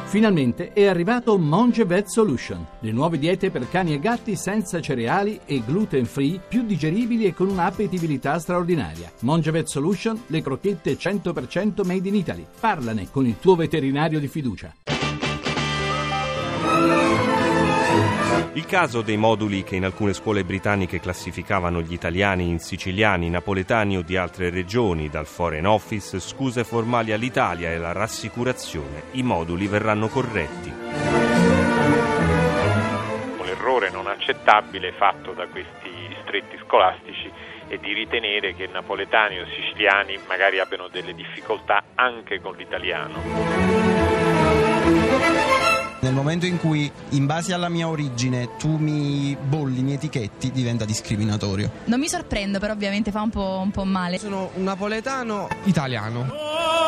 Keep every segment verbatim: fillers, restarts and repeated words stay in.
Finalmente è arrivato Monge Vet Solution, le nuove diete per cani e gatti senza cereali e gluten free, più digeribili e con un'appetibilità straordinaria. Monge Vet Solution, le crocchette cento per cento made in Italy. Parlane con il tuo veterinario di fiducia. Il caso dei moduli che in alcune scuole britanniche classificavano gli italiani in siciliani, napoletani o di altre regioni, dal Foreign Office, scuse formali all'Italia e la rassicurazione: i moduli verranno corretti. Un errore non accettabile fatto da questi distretti scolastici è di ritenere che napoletani o siciliani magari abbiano delle difficoltà anche con l'italiano. Nel momento in cui, in base alla mia origine, tu mi bolli, mi etichetti, diventa discriminatorio. Non mi sorprendo, però ovviamente fa un po', un po' male. Sono un napoletano italiano.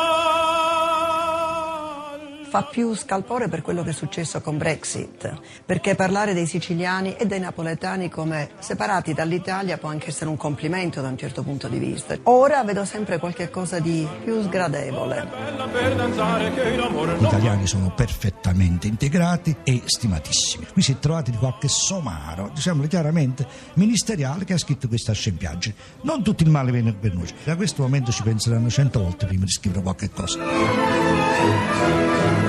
Fa più scalpore per quello che è successo con Brexit, perché parlare dei siciliani e dei napoletani come separati dall'Italia può anche essere un complimento da un certo punto di vista. Ora vedo sempre qualche cosa di più sgradevole. Gli italiani sono perfettamente integrati e stimatissimi. Qui si è trovati di qualche somaro, diciamolo chiaramente, ministeriale che ha scritto questa scempiaggine. Non tutto il male viene per noi. Da questo momento ci penseranno cento volte prima di scrivere qualche cosa.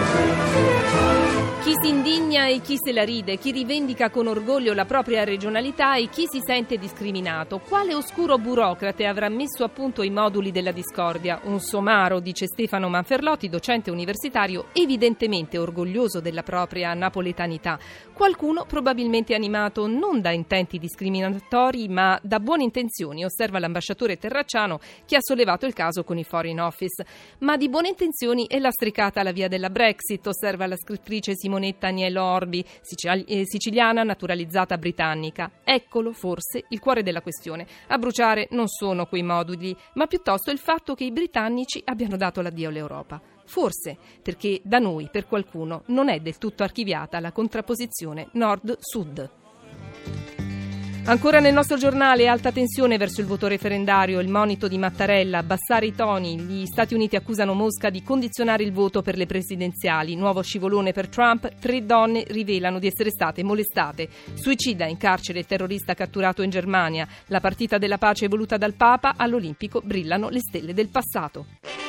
Chi si indigna e chi se la ride, chi rivendica con orgoglio la propria regionalità e chi si sente discriminato. Quale oscuro burocrate avrà messo a punto i moduli della discordia? Un somaro, dice Stefano Manferlotti, docente universitario, evidentemente orgoglioso della propria napoletanità. Qualcuno probabilmente animato non da intenti discriminatori ma da buone intenzioni, osserva l'ambasciatore Terracciano che ha sollevato il caso con il Foreign Office. Ma di buone intenzioni è lastricata la via della Brexit, osserva la scrittrice Simonetta Agnello Orbi, siciliana naturalizzata britannica. Eccolo forse il cuore della questione. A bruciare non sono quei moduli, ma piuttosto il fatto che i britannici abbiano dato l'addio all'Europa. Forse perché da noi, per qualcuno, non è del tutto archiviata la contrapposizione nord-sud. Ancora nel nostro giornale, alta tensione verso il voto referendario, il monito di Mattarella, abbassare i toni, gli Stati Uniti accusano Mosca di condizionare il voto per le presidenziali, nuovo scivolone per Trump, tre donne rivelano di essere state molestate, suicida in carcere il terrorista catturato in Germania, la partita della pace voluta dal Papa, all'Olimpico brillano le stelle del passato.